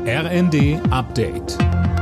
RND Update.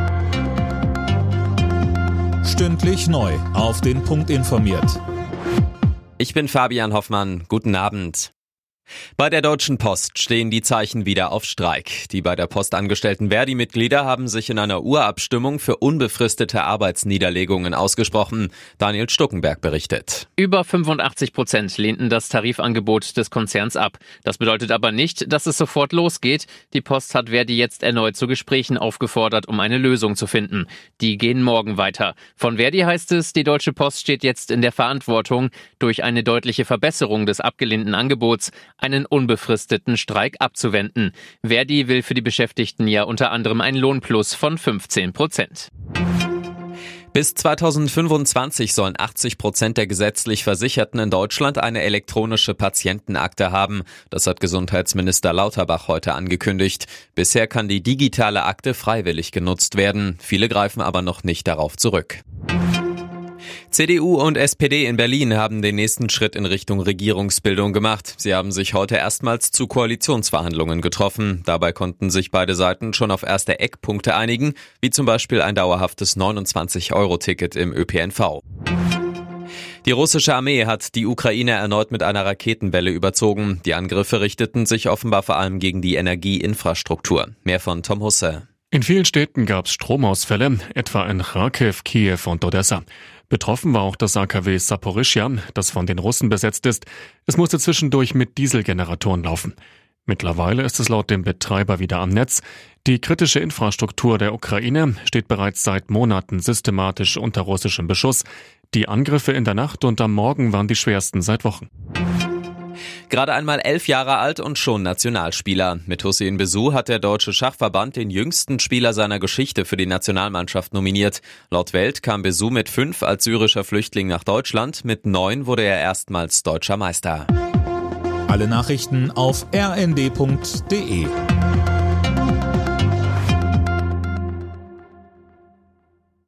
Stündlich neu auf den Punkt informiert. Ich bin Fabian Hoffmann. Guten Abend. Bei der Deutschen Post stehen die Zeichen wieder auf Streik. Die bei der Post angestellten Verdi-Mitglieder haben sich in einer Urabstimmung für unbefristete Arbeitsniederlegungen ausgesprochen. Daniel Stuckenberg berichtet. Über 85% lehnten das Tarifangebot des Konzerns ab. Das bedeutet aber nicht, dass es sofort losgeht. Die Post hat Verdi jetzt erneut zu Gesprächen aufgefordert, um eine Lösung zu finden. Die gehen morgen weiter. Von Verdi heißt es, die Deutsche Post steht jetzt in der Verantwortung, durch eine deutliche Verbesserung des abgelehnten Angebots einen unbefristeten Streik abzuwenden. Verdi will für die Beschäftigten ja unter anderem ein Lohnplus von 15%. Bis 2025 sollen 80% der gesetzlich Versicherten in Deutschland eine elektronische Patientenakte haben. Das hat Gesundheitsminister Lauterbach heute angekündigt. Bisher kann die digitale Akte freiwillig genutzt werden. Viele greifen aber noch nicht darauf zurück. CDU und SPD in Berlin haben den nächsten Schritt in Richtung Regierungsbildung gemacht. Sie haben sich heute erstmals zu Koalitionsverhandlungen getroffen. Dabei konnten sich beide Seiten schon auf erste Eckpunkte einigen, wie zum Beispiel ein dauerhaftes 29-Euro-Ticket im ÖPNV. Die russische Armee hat die Ukraine erneut mit einer Raketenwelle überzogen. Die Angriffe richteten sich offenbar vor allem gegen die Energieinfrastruktur. Mehr von Tom Husse. In vielen Städten gab es Stromausfälle, etwa in Kharkiv, Kiew und Odessa. Betroffen war auch das AKW Saporischschja, das von den Russen besetzt ist. Es musste zwischendurch mit Dieselgeneratoren laufen. Mittlerweile ist es laut dem Betreiber wieder am Netz. Die kritische Infrastruktur der Ukraine steht bereits seit Monaten systematisch unter russischem Beschuss. Die Angriffe in der Nacht und am Morgen waren die schwersten seit Wochen. Gerade einmal 11 Jahre alt und schon Nationalspieler. Mit Hüseyin Besu hat der Deutsche Schachverband den jüngsten Spieler seiner Geschichte für die Nationalmannschaft nominiert. Laut Welt kam Besu mit 5 als syrischer Flüchtling nach Deutschland. Mit 9 wurde er erstmals deutscher Meister. Alle Nachrichten auf rnd.de.